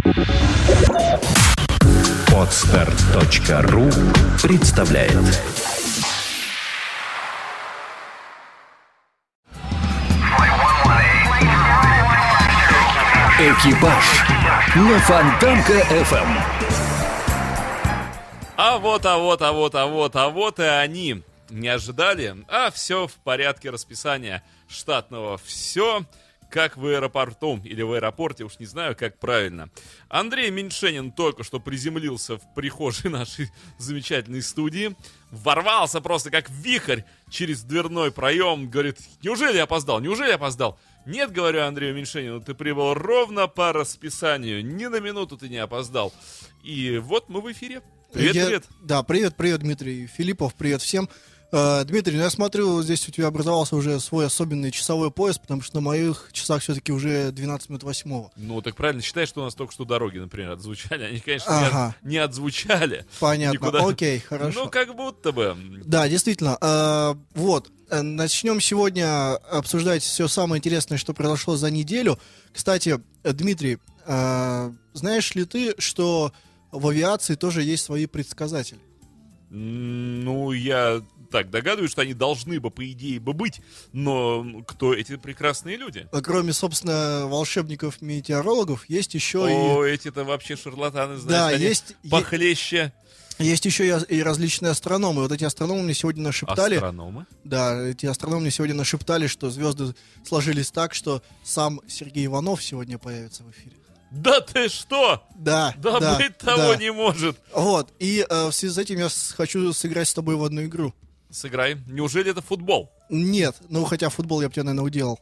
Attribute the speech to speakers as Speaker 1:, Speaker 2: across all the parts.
Speaker 1: Podster.ru представляет. Экипаж на Фонтанка FM.
Speaker 2: А вот и они. Не ожидали, а все в порядке расписания штатного. Все как в аэропорту или в аэропорте, уж не знаю, как правильно. Андрей Меньшенин только что приземлился в прихожей нашей замечательной студии. Ворвался просто как вихрь через дверной проем. Говорит, неужели я опоздал? Нет, говорю Андрею Меньшенину, ты прибыл ровно по расписанию. Ни на минуту ты не опоздал. И вот мы в эфире. Привет.
Speaker 3: Да, привет, Дмитрий Филиппов, привет всем. Дмитрий, я смотрю, здесь у тебя образовался уже свой особенный часовой пояс, потому что на моих часах все-таки уже 12 минут 8.
Speaker 2: Ну, так правильно, считай, что у нас только что дороги, например, отзвучали. Они, конечно, не отзвучали.
Speaker 3: Понятно,
Speaker 2: никуда.
Speaker 3: Окей, хорошо.
Speaker 2: Ну, как будто бы.
Speaker 3: Да, действительно. Начнем сегодня обсуждать все самое интересное, что произошло за неделю. Кстати, Дмитрий, знаешь ли ты, что в авиации тоже есть свои предсказатели?
Speaker 2: Ну, я так догадываюсь, что они должны бы, по идее, быть, но кто эти прекрасные люди?
Speaker 3: Кроме, собственно, волшебников-метеорологов, есть еще
Speaker 2: эти-то вообще шарлатаны, знаешь,
Speaker 3: да,
Speaker 2: они похлеще.
Speaker 3: Есть еще и различные астрономы. Вот эти астрономы мне сегодня нашептали...
Speaker 2: Астрономы?
Speaker 3: Да, эти астрономы мне сегодня нашептали, что звезды сложились так, что сам Сергей Иванов сегодня появится в эфире.
Speaker 2: Да ты что?
Speaker 3: Да,
Speaker 2: быть того не может.
Speaker 3: Вот, и в связи с этим я хочу сыграть с тобой в одну игру.
Speaker 2: Сыграй. Неужели это футбол?
Speaker 3: Нет, хотя футбол я бы тебя, наверное, уделал.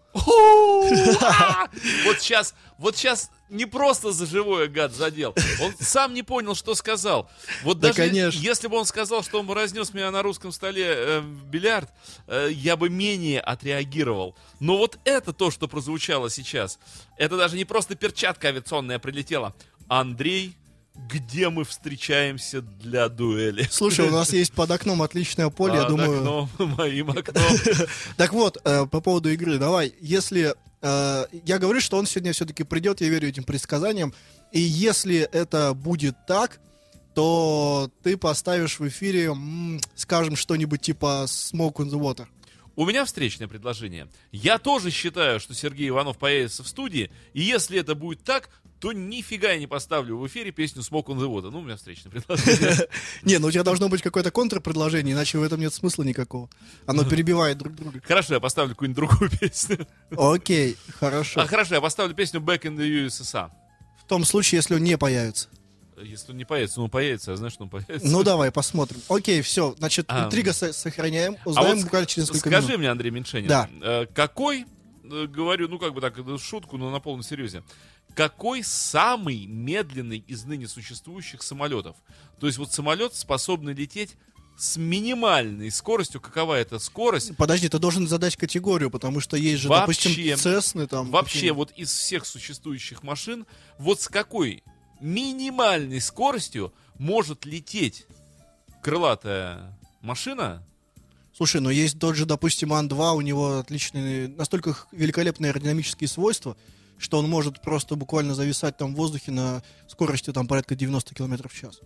Speaker 2: Вот сейчас не просто за живое гад задел. Он сам не понял, что сказал. Вот даже если бы он сказал, что он разнес меня на русском столе в бильярд, я бы менее отреагировал. Но вот это то, что прозвучало сейчас. Это даже не просто перчатка авиационная прилетела. Андрей, где мы встречаемся для дуэли?
Speaker 3: Слушай, у нас есть под окном отличное поле, я думаю...
Speaker 2: Моим окном.
Speaker 3: Так вот, по поводу игры, давай, если... Я говорю, что он сегодня все-таки придет, я верю этим предсказаниям, и если это будет так, то ты поставишь в эфире, скажем, что-нибудь типа «Smoke on the Water».
Speaker 2: У меня встречное предложение. Я тоже считаю, что Сергей Иванов появится в студии, и если это будет так, то нифига я не поставлю в эфире песню «Smoke on the Water». Ну, у меня встречное предложение.
Speaker 3: Не, у тебя должно быть какое-то контрпредложение, иначе в этом нет смысла никакого. Оно перебивает друг друга.
Speaker 2: Хорошо, я поставлю какую-нибудь другую песню.
Speaker 3: Окей, хорошо.
Speaker 2: Хорошо, я поставлю песню «Back in the USSR».
Speaker 3: В том случае, если он не появится.
Speaker 2: Если он не появится, он появится, я знаю, что он появится.
Speaker 3: Ну, давай, посмотрим. Окей, все, значит, интрига сохраняем, узнаем буквально через несколько минут.
Speaker 2: Скажи мне, Андрей Меньшенин, какой, говорю, шутку, но на полном серьезе, какой самый медленный из ныне существующих самолетов? То есть вот самолет, способный лететь с минимальной скоростью. Какова эта скорость?
Speaker 3: Подожди, ты должен задать категорию, потому что есть же, допустим, Цесны там.
Speaker 2: Вообще, вот из всех существующих машин, вот с какой минимальной скоростью может лететь крылатая машина?
Speaker 3: Слушай, есть тот же, допустим, Ан-2, у него отличные, настолько великолепные аэродинамические свойства, что он может просто буквально зависать там в воздухе на скорости там порядка 90 км в час.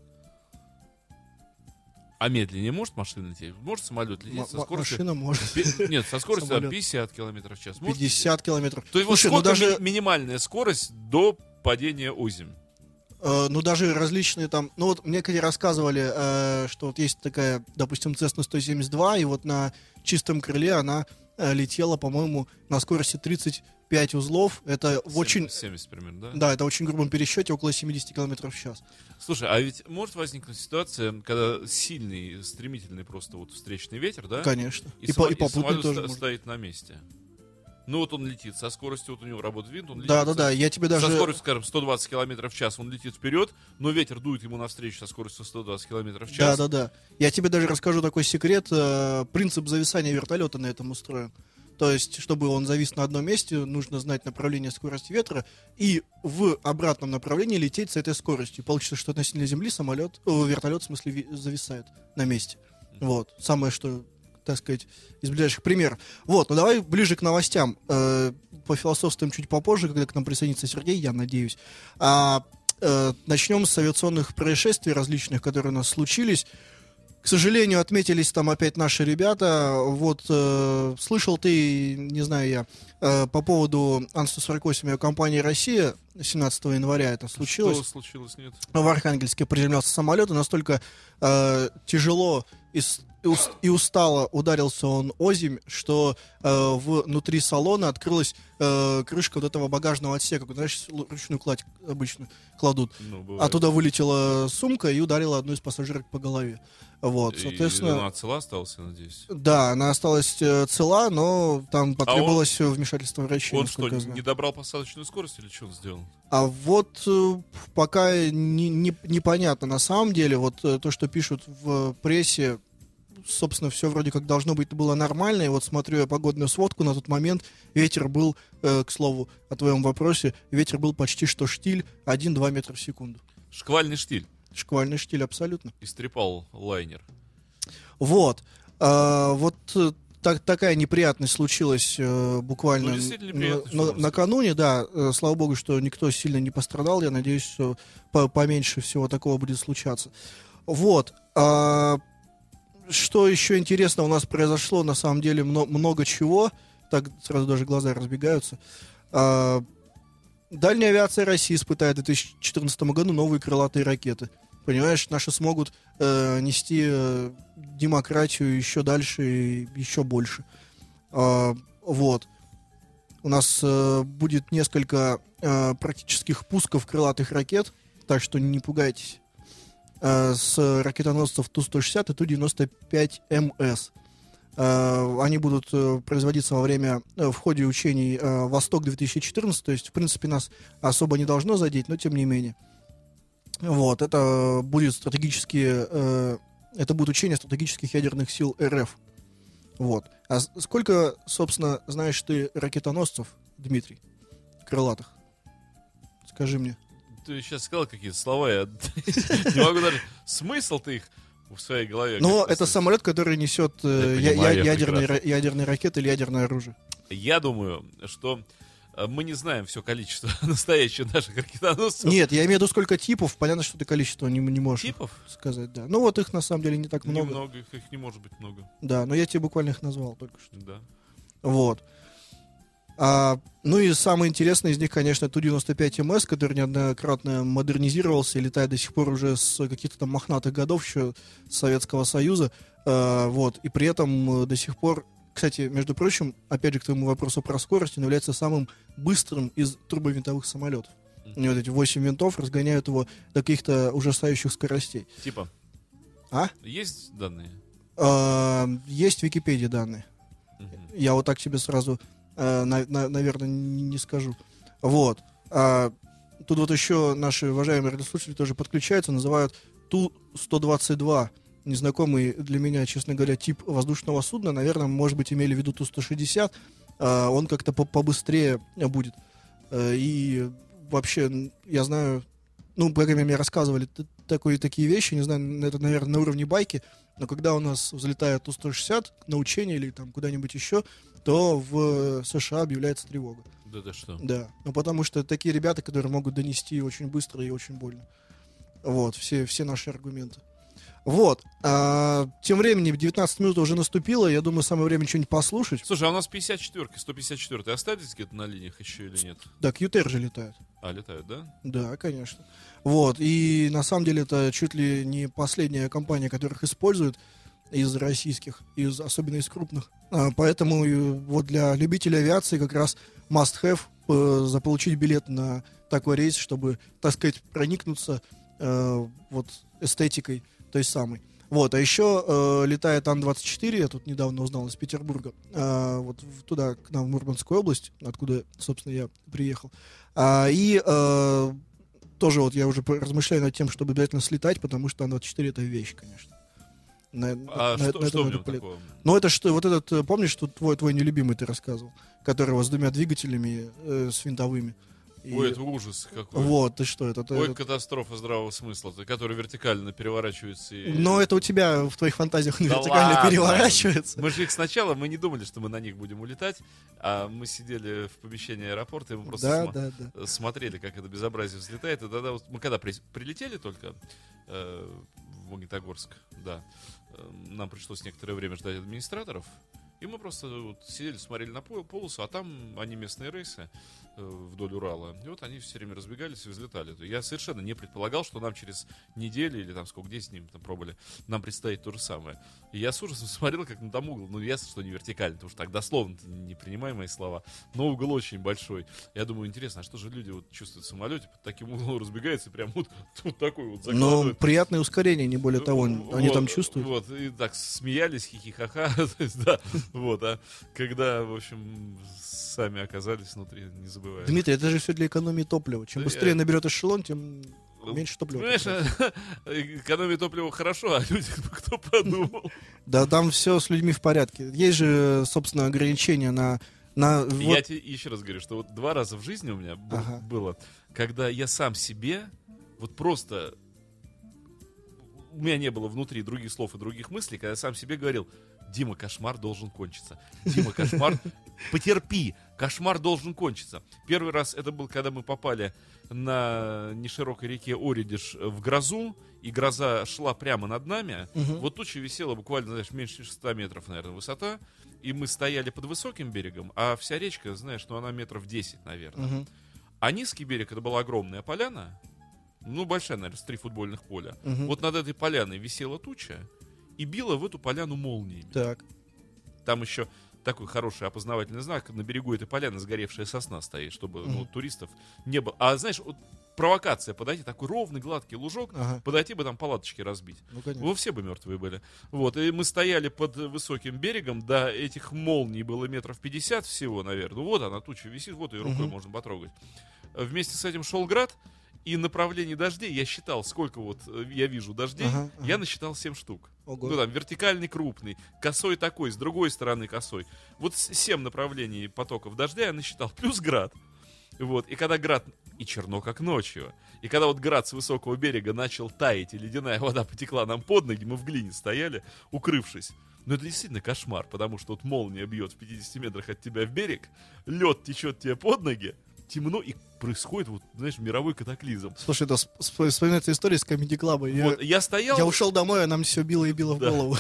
Speaker 2: А медленнее может машина лететь? Может самолет лететь со скоростью?
Speaker 3: Машина может.
Speaker 2: Нет, со скоростью 50 км в час.
Speaker 3: 50 километров.
Speaker 2: То есть
Speaker 3: слушай,
Speaker 2: вот сколько минимальная скорость до падения озимь?
Speaker 3: Даже различные там... мне, когда рассказывали, что вот есть такая, допустим, Cessna 172, и вот на чистом крыле она летела, по-моему, на скорости 35 узлов. Это
Speaker 2: 70 примерно, да?
Speaker 3: Да, это в очень грубом пересчете, около 70 км в час.
Speaker 2: Слушай, а ведь может возникнуть ситуация, когда сильный, стремительный просто вот встречный ветер, да?
Speaker 3: Конечно.
Speaker 2: И самолет тоже стоит на месте. Вот он летит со скоростью, вот у него работает винт, он летит
Speaker 3: я тебе даже...
Speaker 2: со скоростью, скажем, 120 км в час, он летит вперед, но ветер дует ему навстречу со скоростью 120 км в час.
Speaker 3: Да. Я тебе даже расскажу такой секрет. Принцип зависания вертолета на этом устроен. То есть, чтобы он завис на одном месте, нужно знать направление скорости ветра и в обратном направлении лететь с этой скоростью. Получится, что относительно Земли вертолет, в смысле, зависает на месте. Вот. Самое, что... так сказать, из ближайших примеров. Давай ближе к новостям. Пофилософствуем чуть попозже, когда к нам присоединится Сергей, я надеюсь. начнем с авиационных происшествий различных, которые у нас случились. К сожалению, отметились там опять наши ребята. Вот, слышал ты, не знаю я, по поводу Ан-148 авиакомпании «Россия», 17 января это случилось.
Speaker 2: Что случилось, нет?
Speaker 3: В Архангельске приземлялся самолет, и настолько тяжело и устало ударился он озимь, что внутри салона открылась крышка вот этого багажного отсека, куда, знаешь, ручную кладь обычно кладут. Оттуда вылетела сумка и ударила одну из пассажирок по голове. Вот, соответственно...
Speaker 2: И она цела осталась, я надеюсь?
Speaker 3: Да, она осталась цела, но там потребовалось вмешательство врачей.
Speaker 2: Он что, не добрал посадочную скорость или что он сделал?
Speaker 3: А вот пока непонятно. На самом деле, вот то, что пишут в прессе, собственно, все вроде как должно быть было нормально. И вот смотрю я погодную сводку, на тот момент ветер был, к слову, о твоем вопросе, ветер был почти что штиль, 1-2 метра в секунду.
Speaker 2: Шквальный штиль.
Speaker 3: Шквальный штиль, абсолютно.
Speaker 2: Истрепал лайнер.
Speaker 3: Вот. Такая неприятность случилась буквально накануне, да. Слава богу, что никто сильно не пострадал. Я надеюсь, что поменьше всего такого будет случаться. Вот. Что еще интересно у нас произошло, на самом деле, много чего. Так сразу даже глаза разбегаются. Дальняя авиация России испытает в 2014 году новые крылатые ракеты. Понимаешь, наши смогут нести демократию еще дальше и еще больше. Вот. У нас будет несколько практических пусков крылатых ракет, так что не пугайтесь. С ракетоносцев Ту-160 и Ту-95МС. Они будут производиться в ходе учений «Восток-2014», то есть, в принципе, нас особо не должно задеть, но тем не менее. Вот, это будет учение стратегических ядерных сил РФ. Вот. А сколько, собственно, знаешь ты ракетоносцев, Дмитрий, крылатых? Скажи мне.
Speaker 2: Ты сейчас сказал какие-то слова, я не могу даже... Смысл ты их в своей голове...
Speaker 3: Но это самолет, который несет ядерные ракеты или ядерное оружие.
Speaker 2: Я думаю, что мы не знаем все количество настоящих наших ракетоносцев.
Speaker 3: Нет, я имею в виду сколько типов. Понятно, что ты количество не можешь
Speaker 2: типов
Speaker 3: сказать, да. Ну вот их на самом деле не так много.
Speaker 2: Немного, их не может быть много.
Speaker 3: Да, но я тебе буквально их назвал только что.
Speaker 2: Да.
Speaker 3: Вот. Ну и самое интересное из них, конечно, Ту-95МС, который неоднократно модернизировался и летает до сих пор уже с каких-то там мохнатых годов еще Советского Союза. Вот. И при этом до сих пор, кстати, между прочим, опять же к твоему вопросу про скорость, он является самым быстрым из турбовинтовых самолетов. У него вот эти 8 винтов разгоняют его до каких-то ужасающих скоростей.
Speaker 2: Типа? Есть данные?
Speaker 3: Есть в Википедии данные. Я вот так тебе сразу... наверное, не скажу. Вот. Тут вот еще наши уважаемые радиослушатели тоже подключаются, называют Ту-122. Незнакомый для меня, честно говоря, тип воздушного судна. Наверное, может быть, имели в виду Ту-160. Он как-то побыстрее будет. И вообще, я знаю, ну, по крайней мере, мне рассказывали такие вещи, не знаю, это, наверное, на уровне байки, но когда у нас взлетает Ту-160 на учение или там куда-нибудь еще, то в США объявляется тревога.
Speaker 2: Да ты что?
Speaker 3: Да, ну потому что такие ребята, которые могут донести очень быстро и очень больно. Вот, все наши аргументы. Вот, тем временем 19 минут уже наступило, я думаю, самое время что-нибудь послушать.
Speaker 2: Слушай, а у нас 54-ки, 154-й остались где-то на линиях еще или нет?
Speaker 3: Да, Кьютер же летают.
Speaker 2: Летают, да?
Speaker 3: Да, конечно. Вот, и на самом деле это чуть ли не последняя компания, которых используют из российских, особенно из крупных. Поэтому вот для любителей авиации как раз must-have заполучить билет на такой рейс, чтобы, так сказать, проникнуться вот эстетикой той самой. Вот, а еще летает Ан-24, я тут недавно узнал, из Петербурга, вот туда, к нам в Мурманскую область, откуда, собственно, я приехал. И тоже вот я уже размышляю над тем, чтобы обязательно слетать, потому что Ан-24 это вещь, конечно.
Speaker 2: Что в нем такого?
Speaker 3: Ну, это что, вот этот, помнишь, что твой нелюбимый ты рассказывал, который вот с двумя двигателями, с винтовыми. И...
Speaker 2: Ой, это ужас какой.
Speaker 3: Вот, ты что, это...
Speaker 2: Ой, катастрофа здравого смысла, который вертикально переворачивается. И...
Speaker 3: Но это у тебя в твоих фантазиях он
Speaker 2: Да
Speaker 3: вертикально
Speaker 2: ладно.
Speaker 3: переворачивается.
Speaker 2: Мы же их сначала, мы не думали, что мы на них будем улетать, а мы сидели в помещении аэропорта, и мы просто
Speaker 3: Да.
Speaker 2: смотрели, как это безобразие взлетает. И тогда вот мы когда прилетели только в Магнитогорск, да, нам пришлось некоторое время ждать администраторов, и мы просто вот сидели, смотрели на полосу, а там они местные рейсы вдоль Урала. И вот они все время разбегались и взлетали. Я совершенно не предполагал, что нам через неделю или там сколько, 10 дней мы там пробовали, нам предстоит то же самое. И я с ужасом смотрел, как на том угол. Ну, ясно, что не вертикально, потому что так дословно не принимай мои слова. Но угол очень большой. Я думаю, интересно, а что же люди вот чувствуют в самолете, под таким углом разбегаются, и прям вот такой вот закладывают.
Speaker 3: Но приятное ускорение, не более того, они
Speaker 2: Вот,
Speaker 3: там чувствуют.
Speaker 2: Вот, и так смеялись, хихихаха. То есть, да, вот, а когда, в общем, сами оказались внутри, не забываем.
Speaker 3: Дмитрий, это же все для экономии топлива. Чем
Speaker 2: Да
Speaker 3: быстрее
Speaker 2: я-
Speaker 3: наберет эшелон, тем меньше топлива.
Speaker 2: Понимаешь, экономия топлива хорошо, а люди, кто подумал.
Speaker 3: Да, там все с людьми в порядке. Есть же, собственно, ограничения на
Speaker 2: Я
Speaker 3: вот,
Speaker 2: тебе еще раз говорю, что вот 2 раза в жизни у меня
Speaker 3: Ага.
Speaker 2: было, когда я сам себе вот просто... У меня не было внутри других слов и других мыслей, когда я сам себе говорил: Дима, кошмар должен кончиться. Дима, кошмар, потерпи, кошмар должен кончиться. Первый раз это был, когда мы попали на неширокой реке Оридиш в грозу, и гроза шла прямо над нами.
Speaker 3: Мгм.
Speaker 2: Вот туча висела буквально, знаешь, меньше 100 метров, наверное, высота. И мы стояли под высоким берегом, а вся речка, знаешь, ну она метров 10, наверное.
Speaker 3: Мгм.
Speaker 2: А низкий берег, это была огромная поляна, ну большая, наверное, с 3 футбольных поля.
Speaker 3: Мгм.
Speaker 2: Вот над этой поляной висела туча и била в эту поляну молниями.
Speaker 3: Так.
Speaker 2: Там еще такой хороший опознавательный знак: на берегу этой поляны сгоревшая сосна стоит, чтобы ну, туристов не было. А знаешь, вот провокация: подойти, такой ровный, гладкий лужок,
Speaker 3: Ага.
Speaker 2: подойти бы там палаточки разбить.
Speaker 3: Ну, конечно.
Speaker 2: Вы все бы мертвые были. Вот, и мы стояли под высоким берегом, до этих молний было метров 50 всего, наверное. Ну вот она, туча висит, вот ее рукой можно потрогать. Вместе с этим шел град, и направление дождей, я считал, сколько вот я вижу дождей,
Speaker 3: Ага, ага.
Speaker 2: я насчитал 7 штук.
Speaker 3: Ого.
Speaker 2: Ну там, вертикальный крупный, косой такой, с другой стороны косой. Вот 7 направлений потоков дождя я насчитал, плюс град. Вот, и когда град, и черно как ночью, и когда вот град с высокого берега начал таять, и ледяная вода потекла нам под ноги, мы в глине стояли, укрывшись. Но это действительно кошмар, потому что вот молния бьет в 50 метрах от тебя в берег, лед течет тебе под ноги, темно, и происходит, вот, знаешь, мировой катаклизм.
Speaker 3: Слушай, это вспоминается история с Comedy Club.
Speaker 2: Вот, я стоял...
Speaker 3: Я ушел домой, а нам все било и било в
Speaker 2: Да.
Speaker 3: голову.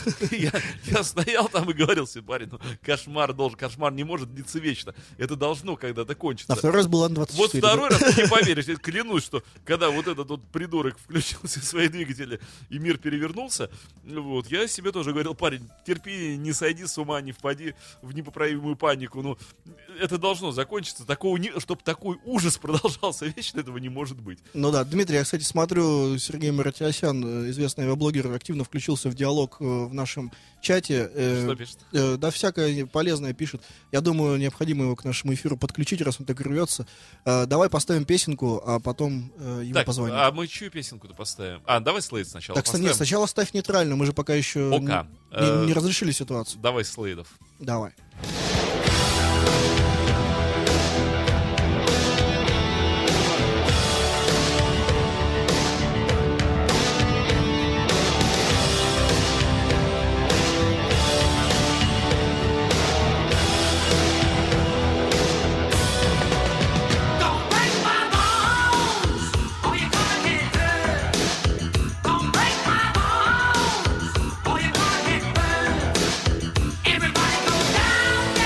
Speaker 2: Я стоял там и говорил себе: парень, ну, кошмар не может длиться вечно. Это должно когда-то кончиться.
Speaker 3: А второй раз был Ан-24.
Speaker 2: Вот
Speaker 3: да?
Speaker 2: второй раз, ты не поверишь, я клянусь, что когда вот этот вот придурок включил все свои двигатели и мир перевернулся, вот, я себе тоже говорил: парень, терпи, не сойди с ума, не впади в непоправимую панику. Ну, это должно закончиться, чтобы такой ужас продолжался вечно, этого не может быть.
Speaker 3: Ну да, Дмитрий, я, кстати, смотрю, Сергей Маратиасян, известный авиаблогер, активно включился в диалог в нашем чате.
Speaker 2: Что пишет?
Speaker 3: Да, всякое полезное пишет. Я думаю, необходимо его к нашему эфиру подключить, раз он так рвется. Давай поставим песенку, а потом ему
Speaker 2: Так,
Speaker 3: позвоним.
Speaker 2: а мы чью песенку-то поставим? Давай Слейд сначала
Speaker 3: Так,
Speaker 2: поставим.
Speaker 3: нет, сначала ставь нейтрально, мы же пока еще
Speaker 2: Ока.
Speaker 3: не разрешили ситуацию.
Speaker 2: Давай Слейдов.
Speaker 3: Давай.
Speaker 4: Don't break my bones, or you're gonna get hurt. Don't break my bones, or you're gonna get burned. Everybody go down.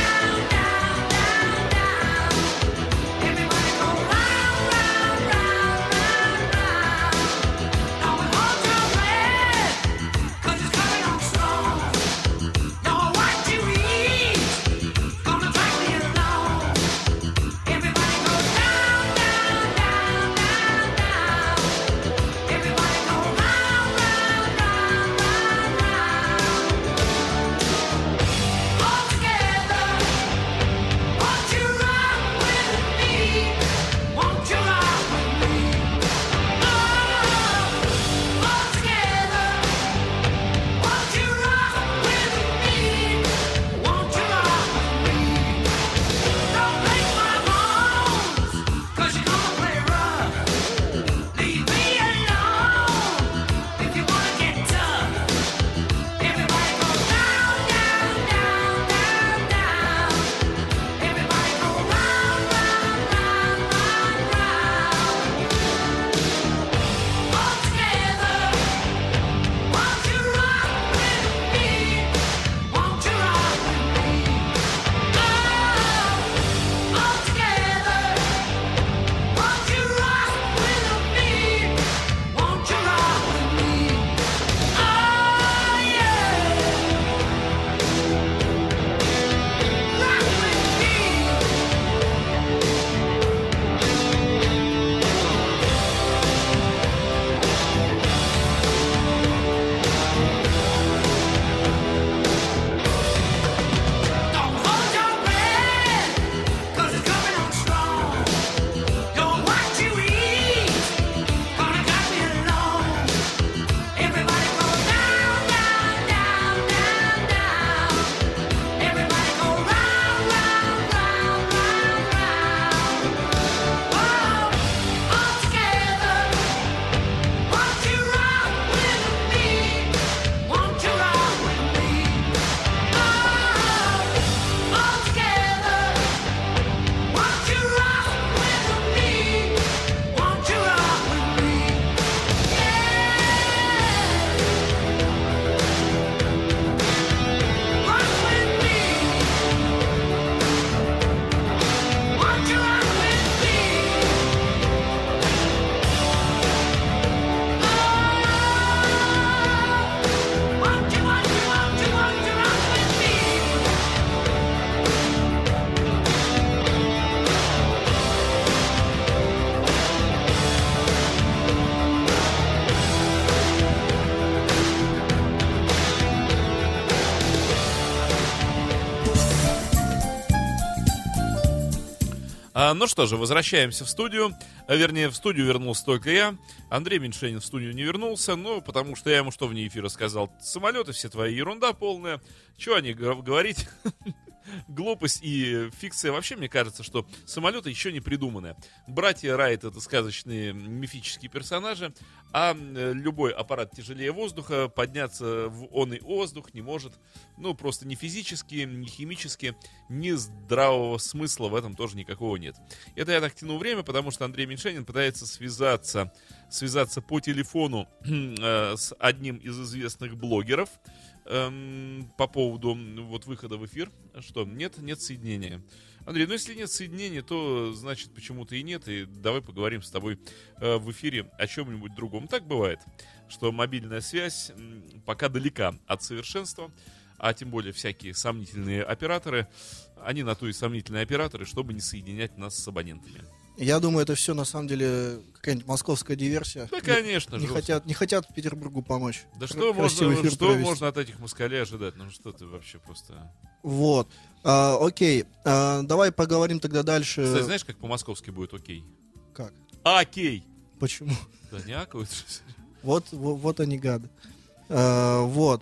Speaker 2: Ну что же, возвращаемся в студию. Вернее, в студию вернулся только я. Андрей Меньшенин в студию не вернулся, ну, потому что я ему что вне эфира сказал? Самолеты все твои ерунда полная. Чего о них говорить? Глупость и фикция. Вообще, мне кажется, что самолеты еще не придуманы. Братья Райт — это сказочные мифические персонажи, а любой аппарат тяжелее воздуха подняться в он и воздух не может. Ну, просто ни физически, ни химически, ни здравого смысла в этом тоже никакого нет. Это я так тяну время, потому что Андрей Меньшенин пытается связаться по телефону с одним из известных блогеров, по поводу вот выхода в эфир. Что? Нет соединения. Андрей, ну если нет соединения, то значит почему-то и нет. И давай поговорим с тобой в эфире о чем-нибудь другом. Так бывает, что мобильная связь пока далека от совершенства, а тем более всякие сомнительные операторы, они на то и сомнительные операторы, чтобы не соединять нас с абонентами.
Speaker 3: Я думаю, это все на самом деле какая-нибудь московская диверсия.
Speaker 2: Да, конечно же.
Speaker 3: Не хотят Петербургу помочь.
Speaker 2: Да что можно от этих москалей ожидать? Ну что ты вообще просто...
Speaker 3: Вот. Окей. Давай поговорим тогда дальше.
Speaker 2: Кстати, знаешь, как по-московски будет окей?
Speaker 3: Как?
Speaker 2: Окей.
Speaker 3: Почему?
Speaker 2: Да не акают.
Speaker 3: Вот они гады. Вот.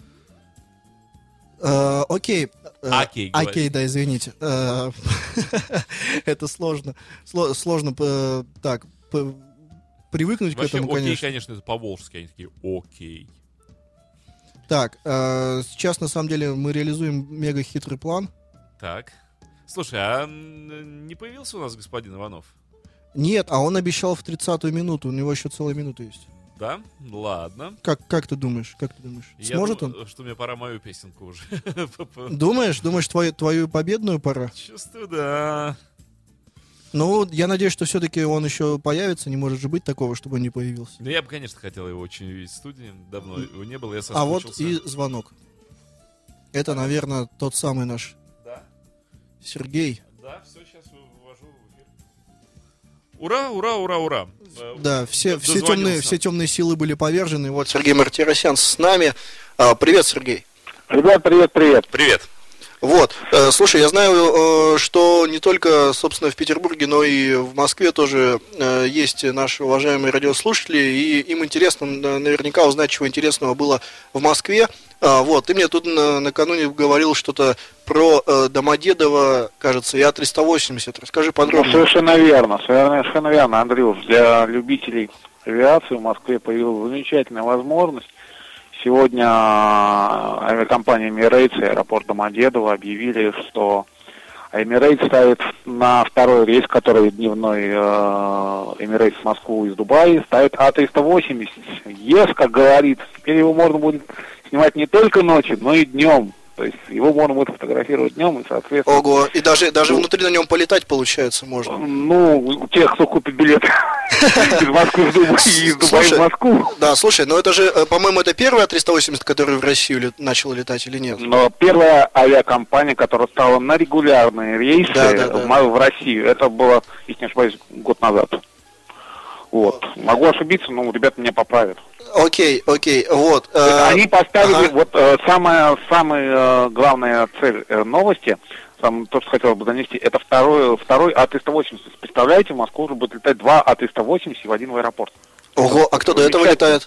Speaker 3: Окей.
Speaker 2: Окей,
Speaker 3: Окей, да, извините. Это сложно. Сложно так привыкнуть к
Speaker 2: вообще,
Speaker 3: этому,
Speaker 2: окей,
Speaker 3: конечно.
Speaker 2: конечно, это по-волжски. Они такие окей.
Speaker 3: Так, сейчас на самом деле мы реализуем мега хитрый план.
Speaker 2: Так. Слушай, а не появился у нас господин Иванов?
Speaker 3: Нет, а он обещал в 30-ю минуту. У него еще целая минута есть.
Speaker 2: Да? Ладно.
Speaker 3: Как ты думаешь? Сможет
Speaker 2: Я
Speaker 3: он?
Speaker 2: думаю, что мне пора мою песенку уже.
Speaker 3: Думаешь, твою победную пора?
Speaker 2: Чувствую, да.
Speaker 3: Ну, я надеюсь, что все-таки он еще появится. Не может же быть такого, чтобы он не появился.
Speaker 2: Ну, я бы, конечно, хотел его очень увидеть в студии. Давно его не было, я
Speaker 3: А вот
Speaker 2: соскучился.
Speaker 3: и звонок. Это, наверное, тот самый наш
Speaker 2: Да,
Speaker 3: Сергей.
Speaker 2: да, все, сейчас вывожу в эфир. Ура, ура, ура, ура.
Speaker 3: Да, все
Speaker 2: Дозвонился.
Speaker 3: темные силы были повержены. Вот Сергей Мартиросян с нами. Привет, Сергей.
Speaker 5: Ребят, привет.
Speaker 2: Привет.
Speaker 3: Вот, слушай, я знаю, что не только, собственно, в Петербурге, но и в Москве тоже есть наши уважаемые радиослушатели, и им интересно наверняка узнать, чего интересного было в Москве. Вот, ты мне тут накануне говорил что-то про Домодедово, кажется, и А380. Расскажи подробнее.
Speaker 5: Совершенно верно, Андрюш. Для любителей авиации в Москве появилась замечательная возможность. Сегодня авиакомпания Emirates и аэропорт Домодедово объявили, что Emirates ставит на второй рейс, который дневной Emirates в Москву из Дубая, ставит А380. ЕС, как говорит, теперь его можно будет снимать не только ночью, но и днем. То есть его можно будет фотографировать днем и, соответственно...
Speaker 3: Ого, и даже внутри на нем полетать, получается, можно.
Speaker 5: Ну, у тех, кто купит билет из Москвы в Дубай и из Дубая в Москву.
Speaker 3: Да, слушай, но это же, по-моему, это первый А380, который в Россию начал летать или нет?
Speaker 5: Но первая авиакомпания, которая стала на регулярные рейсы в Россию, это было, если не ошибаюсь, год назад. Вот. Могу ошибиться, но ребята меня поправят.
Speaker 3: Окей, вот.
Speaker 5: Они поставили, самая главная цель новости, то, что хотелось бы донести, это второй А380. Представляете, в Москву уже будет летать два А380 и в один в аэропорт.
Speaker 3: Ого, а кто до этого летает?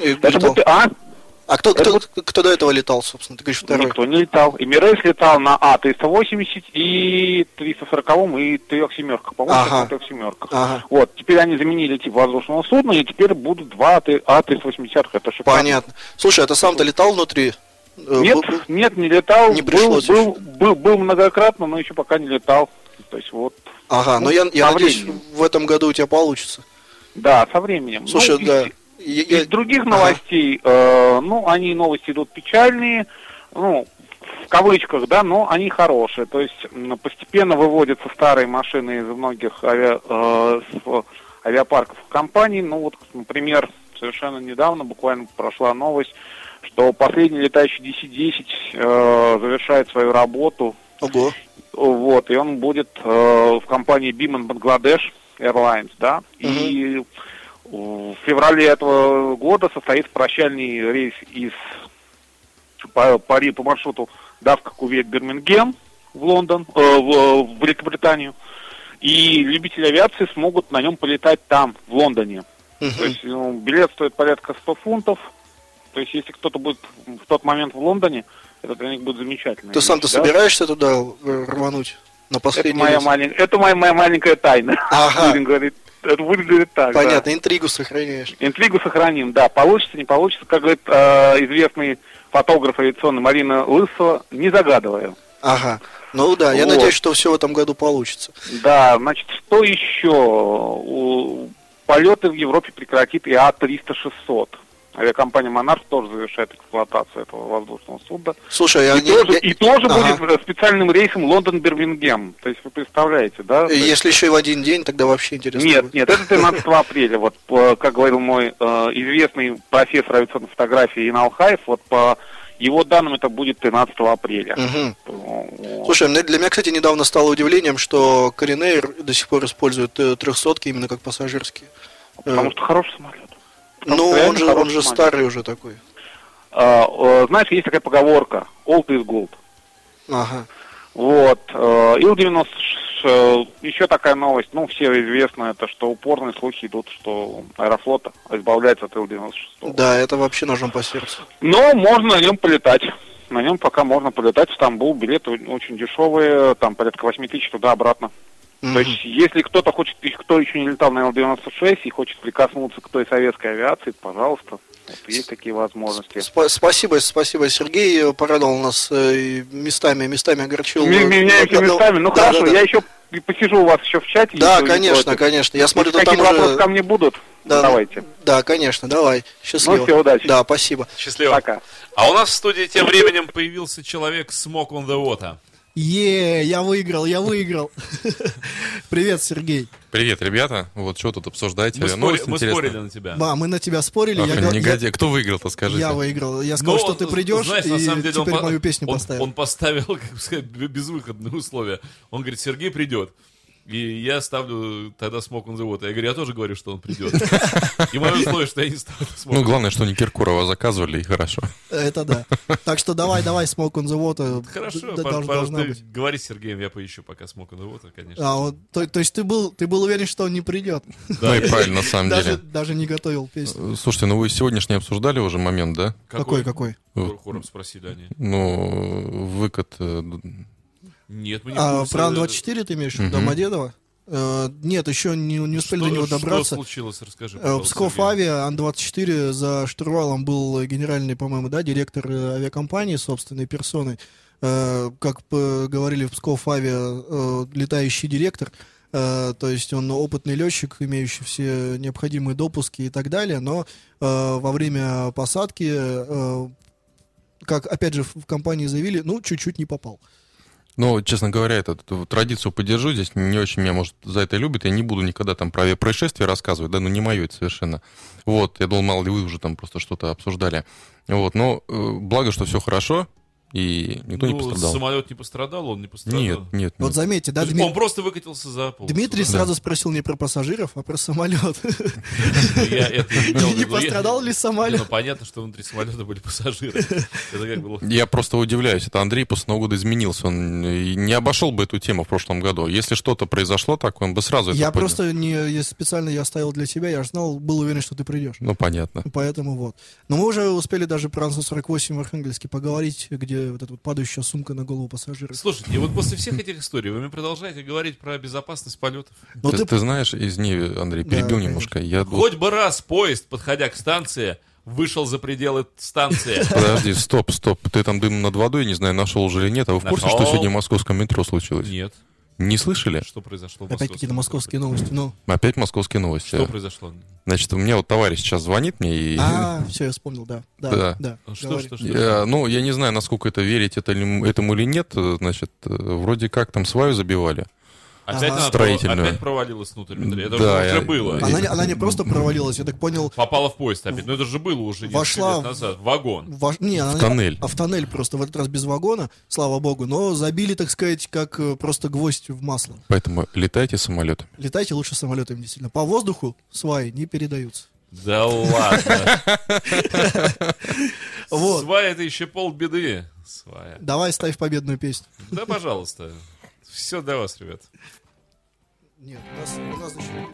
Speaker 3: А кто до этого летал, собственно? Ты говоришь, второй.
Speaker 5: Никто не летал. Emirates летал на А380 и 340-м и 3-семерках. По-моему, на 3-семерках.
Speaker 3: Ага.
Speaker 5: Вот, теперь они заменили тип воздушного судна, и теперь будут два А380. Это шикарно.
Speaker 3: Понятно. Слушай, а ты сам-то летал внутри?
Speaker 5: Нет, не летал.
Speaker 3: Не пришлось
Speaker 5: был многократно, но еще пока не летал. То есть вот.
Speaker 3: Ага, но я надеюсь, в этом году у тебя получится.
Speaker 5: Да, со временем.
Speaker 3: Слушай, да.
Speaker 5: Из других новостей, они новости идут печальные, в кавычках, да, но они хорошие. То есть постепенно выводятся старые машины из многих авиапарков компаний. Ну вот, например, совершенно недавно буквально прошла новость, что последний летающий DC-10 завершает свою работу.
Speaker 3: Ого.
Speaker 5: Вот, и он будет в компании Biman Bangladesh Airlines, да, и в феврале этого года состоится прощальный рейс по маршруту Давка, Кувейт, Бирмингем в Лондон, в Великобританию. И любители авиации смогут на нем полетать там, в Лондоне. То есть билет стоит порядка 100 фунтов. То есть если кто-то будет в тот момент в Лондоне, это для них будет замечательно.
Speaker 3: Ты сам-то собираешься туда рвануть на последний рейс?
Speaker 5: Это моя маленькая тайна.
Speaker 3: Ага.
Speaker 5: Будем говорить. Это выглядит так.
Speaker 3: Понятно,
Speaker 5: да.
Speaker 3: интригу сохраняешь.
Speaker 5: Интригу сохраним, да. Получится, не получится, как говорит известный фотограф авиационный Марина Лысова, не загадывая.
Speaker 3: Ага. Ну да, я
Speaker 5: Вот.
Speaker 3: надеюсь, что все в этом году получится.
Speaker 5: Да, значит, что еще? Полеты в Европе прекратит и А-300-600. Авиакомпания «Монарх» тоже завершает эксплуатацию этого воздушного судна.
Speaker 3: Слушай,
Speaker 5: И тоже
Speaker 3: Ага.
Speaker 5: будет специальным рейсом Лондон-Бирмингем. То есть вы представляете, да?
Speaker 3: Если еще и в один день, тогда вообще интересно
Speaker 5: Нет,
Speaker 3: будет.
Speaker 5: нет, это 13 апреля. Вот, как говорил мой известный профессор авиационной фотографии Инал Хаев, вот по его данным это будет 13 апреля.
Speaker 3: Мгм.
Speaker 5: Вот.
Speaker 3: Слушай, для меня, кстати, недавно стало удивлением, что Коринэйр до сих пор использует 300-ки именно как пассажирские.
Speaker 5: Потому что хороший самолет. Потому
Speaker 3: Ну,
Speaker 5: что реально
Speaker 3: он
Speaker 5: хороший
Speaker 3: же
Speaker 5: самолет.
Speaker 3: старый уже такой.
Speaker 5: Знаешь, есть такая поговорка «Old is gold».
Speaker 3: Ага.
Speaker 5: Вот. Ил-90, еще такая новость, ну, все известно, это что упорные слухи идут, что Аэрофлот избавляется от Ил-96.
Speaker 3: Да, это вообще ножом по сердцу.
Speaker 5: Но можно на нем полетать. На нем пока можно полетать в Стамбул. Билеты очень дешевые, там порядка 8 тысяч туда-обратно. То есть, если кто-то хочет, кто еще не летал на Ил-96 и хочет прикоснуться к той советской авиации, пожалуйста, вот есть такие возможности.
Speaker 3: Спасибо, Сергей, порадовал нас местами огорчил.
Speaker 5: Меняемся местами, ну
Speaker 3: Да,
Speaker 5: хорошо,
Speaker 3: да, да.
Speaker 5: я еще посижу у вас еще в чате.
Speaker 3: Да,
Speaker 5: если вы не
Speaker 3: конечно,
Speaker 5: против.
Speaker 3: конечно. Я смотрю,
Speaker 5: Если
Speaker 3: там
Speaker 5: какие-то вопросы
Speaker 3: уже...
Speaker 5: ко мне будут,
Speaker 3: Да,
Speaker 5: давайте.
Speaker 3: Да, конечно, давай. Счастливо.
Speaker 5: Ну, всего удачи.
Speaker 3: Да, спасибо.
Speaker 2: Счастливо.
Speaker 5: Пока.
Speaker 2: А у нас в студии тем временем появился человек Smoke on the Water.
Speaker 3: Я выиграл. Привет, Сергей.
Speaker 6: Привет, ребята. Вот что тут обсуждаете?
Speaker 2: Мы
Speaker 6: Новость
Speaker 2: спорили
Speaker 6: интересная.
Speaker 2: на тебя.
Speaker 3: Да, мы на тебя спорили.
Speaker 6: Ах,
Speaker 3: я
Speaker 6: негодяй. Кто выиграл-то, скажите?
Speaker 3: Я выиграл. Я сказал,
Speaker 2: Но,
Speaker 3: что ты придешь,
Speaker 2: знаешь,
Speaker 3: и
Speaker 2: на самом деле
Speaker 3: теперь
Speaker 2: он
Speaker 3: мою песню
Speaker 2: он-
Speaker 3: поставил.
Speaker 2: Он поставил, как бы сказать, безвыходные условия. Он говорит, Сергей придет. И я ставлю тогда Smoke on the Water. Я говорю, я тоже говорю, что он придет. И мое условие, что я не ставлю Smoke.
Speaker 6: Ну, главное, что не Киркорова заказывали, и хорошо.
Speaker 3: Это да. Так что давай, Smoke on the Water.
Speaker 2: Хорошо,
Speaker 3: Должна
Speaker 2: пожалуйста, ты
Speaker 3: быть.
Speaker 2: говори с Сергеем, я поищу пока Smoke on the Water, конечно.
Speaker 3: А, вот, то есть ты был уверен, что он не придет?
Speaker 6: Ну и правильно, на самом деле.
Speaker 3: Даже не готовил песню.
Speaker 6: Слушайте, ну вы сегодняшний обсуждали уже момент, да?
Speaker 3: Какой?
Speaker 2: Хором спросили они.
Speaker 6: Ну, выкат...
Speaker 2: Нет, мы не
Speaker 3: А,
Speaker 2: в курсе.
Speaker 3: про Ан-24 ты имеешь в виду, Домодедово? Нет, еще не успели до него добраться.
Speaker 2: Что случилось, расскажи,
Speaker 3: В
Speaker 2: пожалуйста,
Speaker 3: Псков
Speaker 2: Сергей.
Speaker 3: Авиа Ан-24 за штурвалом был генеральный, по-моему, да, директор авиакомпании собственной персоной. Как говорили в Псков Авиа, летающий директор. То есть он опытный летчик, имеющий все необходимые допуски и так далее. Но во время посадки, как опять же в компании заявили, чуть-чуть не попал.
Speaker 6: Ну, честно говоря, эту традицию поддержу. Здесь не очень меня, может, за это любят. Я не буду никогда там про авиапроисшествия рассказывать, да, не мое это совершенно. Вот, я думал, мало ли вы уже там просто что-то обсуждали. Вот, но благо, что все хорошо, и никто не пострадал.
Speaker 2: Самолет не пострадал, он не пострадал.
Speaker 6: Нет.
Speaker 3: Вот заметьте, да,
Speaker 2: То есть он просто выкатился за полосу.
Speaker 3: Дмитрий
Speaker 2: да?
Speaker 3: сразу спросил не про пассажиров, а про самолет.
Speaker 2: Я это имел в
Speaker 3: Не
Speaker 2: виду.
Speaker 3: пострадал ли самолет?
Speaker 2: Ну, понятно, что внутри самолета были пассажиры. Это как было...
Speaker 6: Я просто удивляюсь. Это Андрей после Нового года изменился. Он и не обошел бы эту тему в прошлом году. Если что-то произошло так, он бы сразу это
Speaker 3: Я
Speaker 6: понял.
Speaker 3: просто специально я оставил для себя, я же знал, был уверен, что ты придешь.
Speaker 6: Ну, понятно.
Speaker 3: Поэтому вот. Но мы уже успели даже про Ан-148 в Архангельске поговорить, где вот эта вот падающая сумка на голову пассажира.
Speaker 2: Слушайте, и вот после всех этих историй вы мне продолжаете говорить про безопасность полетов.
Speaker 3: Но
Speaker 6: Ты знаешь, извини, Андрей, перебил
Speaker 3: Да,
Speaker 6: немножко. Я вот-
Speaker 2: Хоть бы раз поезд, подходя к станции, вышел за пределы станции.
Speaker 6: Подожди, стоп. Ты там дым над водой, не знаю, нашел уже или нет. А вы в курсе,
Speaker 2: Нашел.
Speaker 6: что сегодня в московском метро случилось?
Speaker 2: Нет.
Speaker 6: Не слышали?
Speaker 2: Что произошло в
Speaker 3: опять какие-то московские новости. Ну,
Speaker 6: Опять московские новости.
Speaker 2: Что произошло?
Speaker 6: Значит, у меня вот товарищ сейчас звонит мне и...
Speaker 3: все, я вспомнил, да.
Speaker 6: Да.
Speaker 3: Да.
Speaker 2: Что?
Speaker 3: Говори.
Speaker 6: Я не знаю, насколько это верить этому или нет. Значит, вроде как там сваю забивали.
Speaker 2: Опять
Speaker 3: Ага.
Speaker 2: она
Speaker 6: Строительную.
Speaker 2: опять провалилась внутрь, Дмитрий. Это
Speaker 6: Да,
Speaker 2: уже
Speaker 6: я-
Speaker 2: было.
Speaker 3: Она не просто провалилась, я так понял,
Speaker 2: Попала в поезд опять. Но это же было уже несколько
Speaker 3: Вошла
Speaker 2: лет назад. В вагон.
Speaker 3: в
Speaker 6: тоннель.
Speaker 3: в тоннель просто, в этот раз без вагона, слава богу, но забили, так сказать, как просто гвоздь в масло.
Speaker 6: Поэтому летайте самолетом.
Speaker 3: Летайте лучше самолетами, действительно. По воздуху сваи не передаются.
Speaker 2: Да ладно.
Speaker 3: Вот.
Speaker 2: Свая — это еще полбеды. Свая.
Speaker 3: Давай ставь победную песню.
Speaker 2: Да, пожалуйста. Все для вас, ребят.
Speaker 3: Нет, у нас значит,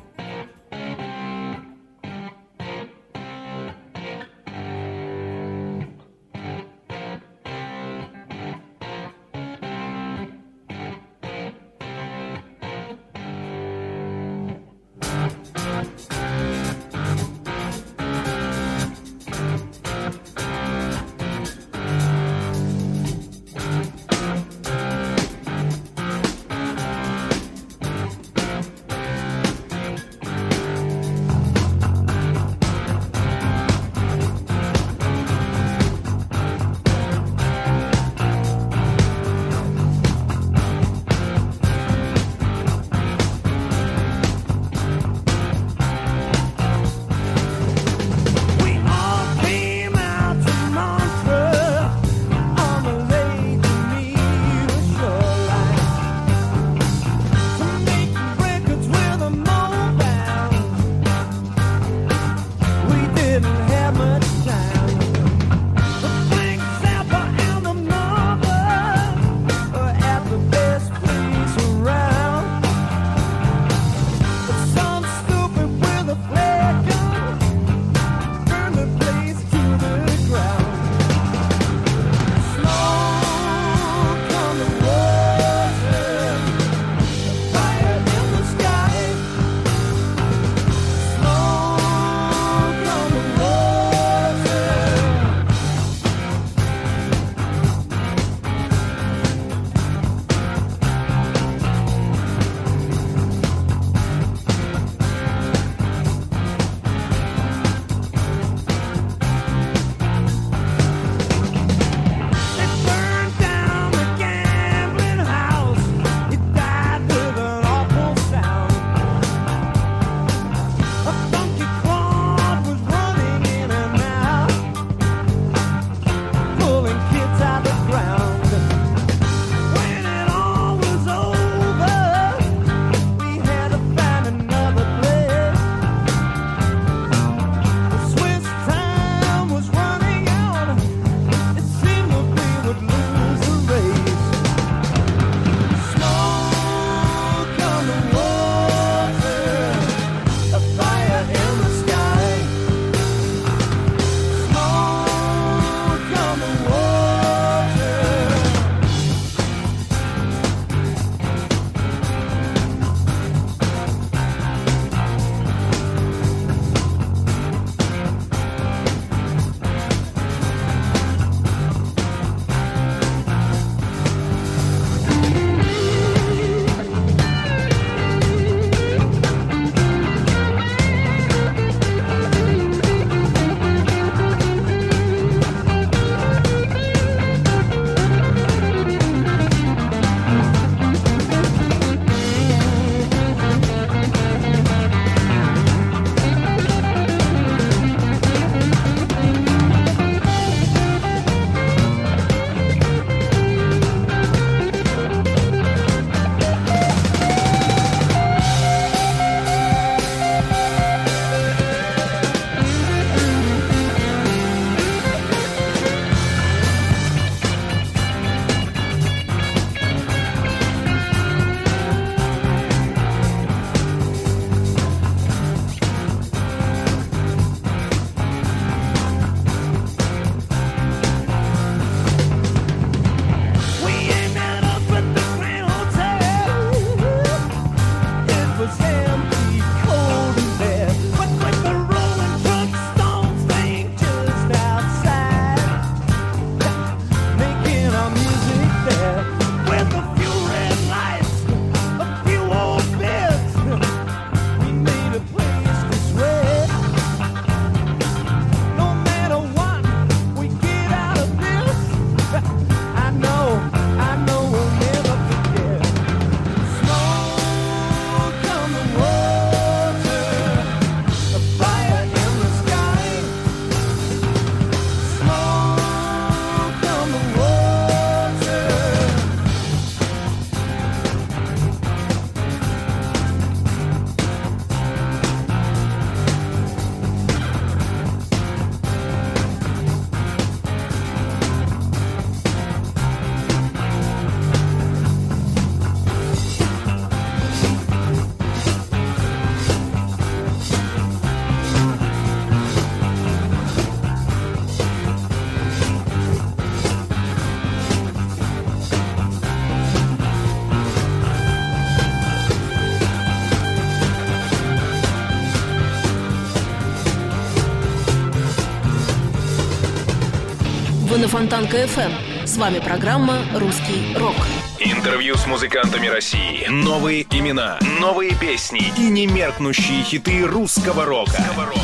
Speaker 7: Вы на Фонтанка FM. С вами программа «Русский рок».
Speaker 8: Интервью с музыкантами России. Новые имена, новые песни и немеркнущие хиты русского рока.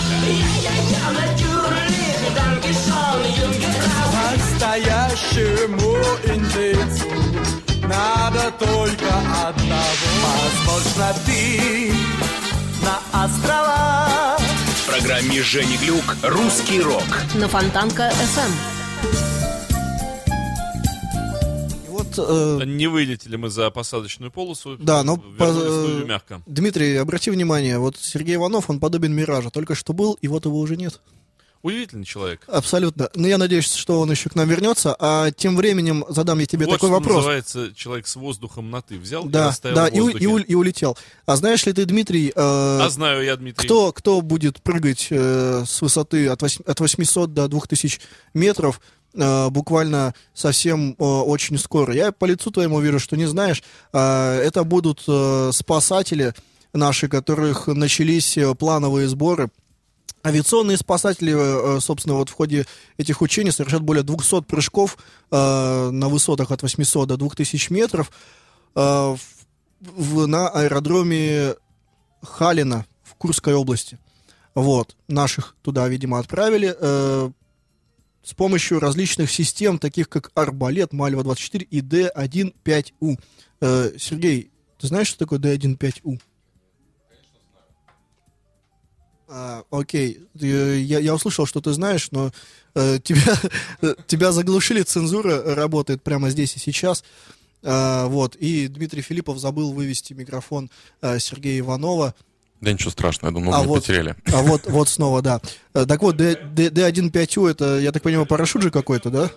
Speaker 9: Настоящему индейцу надо только одного. Возможно, ты на островах.
Speaker 8: В программе Жени Глюк «Русский рок».
Speaker 7: На Фонтанка FM.
Speaker 3: Вот,
Speaker 2: Не вылетели мы за посадочную полосу.
Speaker 3: да, но
Speaker 2: Вернулись в студию мягко.
Speaker 3: Дмитрий, обрати внимание, вот Сергей Иванов, он подобен Миража, только что был, и вот его уже нет.
Speaker 2: Удивительный человек.
Speaker 3: Абсолютно. Но я надеюсь, что он еще к нам вернется. А тем временем задам я тебе
Speaker 2: Вот
Speaker 3: такой
Speaker 2: что
Speaker 3: вопрос.
Speaker 2: называется человек с воздухом на «ты». Взял и
Speaker 3: Да,
Speaker 2: оставил
Speaker 3: да,
Speaker 2: в воздухе.
Speaker 3: и улетел. А знаешь ли ты, Дмитрий,
Speaker 2: А знаю я, Дмитрий.
Speaker 3: кто будет прыгать с высоты от 800 до 2000 метров буквально совсем очень скоро? Я по лицу твоему вижу, что не знаешь. Это будут спасатели наши, которых начались плановые сборы. Авиационные спасатели, собственно, вот в ходе этих учений совершат более 200 прыжков на высотах от 800 до 2000 метров на аэродроме Халина в Курской области. Вот. Наших туда, видимо, отправили с помощью различных систем, таких как Арбалет, Мальва-24 и Д-1-5У. Сергей, ты знаешь, что такое Д-1-5У? Окей, я услышал, что ты знаешь, но тебя заглушили, цензура работает прямо здесь и сейчас. Вот, и Дмитрий Филиппов забыл вывести микрофон Сергея Иванова.
Speaker 6: Да ничего страшного, я думаю, мы
Speaker 3: вот,
Speaker 6: потеряли.
Speaker 3: Вот снова, да. Так вот, D1.5U, это, я так понимаю, парашют же какой-то, да?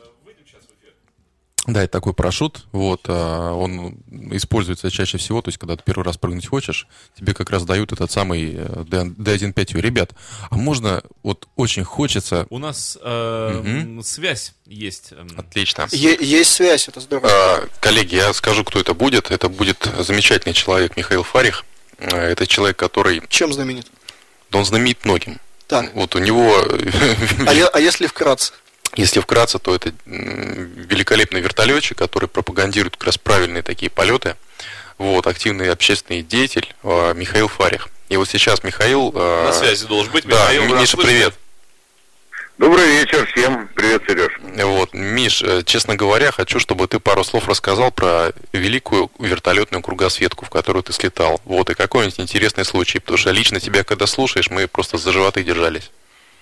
Speaker 6: Да, это такой парашют, вот, он используется чаще всего, то есть, когда ты первый раз прыгнуть хочешь, тебе как раз дают этот самый D1.5. Ребят, а можно, вот, очень хочется...
Speaker 2: У нас связь есть.
Speaker 6: Отлично.
Speaker 3: Есть связь, это здорово.
Speaker 6: Коллеги, я скажу, кто это будет. Это будет замечательный человек Михаил Фарих. Это человек, который...
Speaker 3: Чем знаменит?
Speaker 6: Да он знаменит многим.
Speaker 3: Так.
Speaker 6: Вот у него...
Speaker 3: А если вкратце?
Speaker 6: Если вкратце, то это великолепный вертолетчик, который пропагандирует как раз правильные такие полеты. Вот, активный общественный деятель Михаил Фарих. И вот сейчас Михаил...
Speaker 2: На связи должен быть.
Speaker 6: Да,
Speaker 2: Михаил,
Speaker 6: Миша, привет.
Speaker 5: Добрый вечер всем. Привет, Сереж.
Speaker 6: Вот, Миш, честно говоря, хочу, чтобы ты пару слов рассказал про великую вертолетную кругосветку, в которую ты слетал. Вот, и какой-нибудь интересный случай, потому что лично тебя, когда слушаешь, мы просто за животы держались.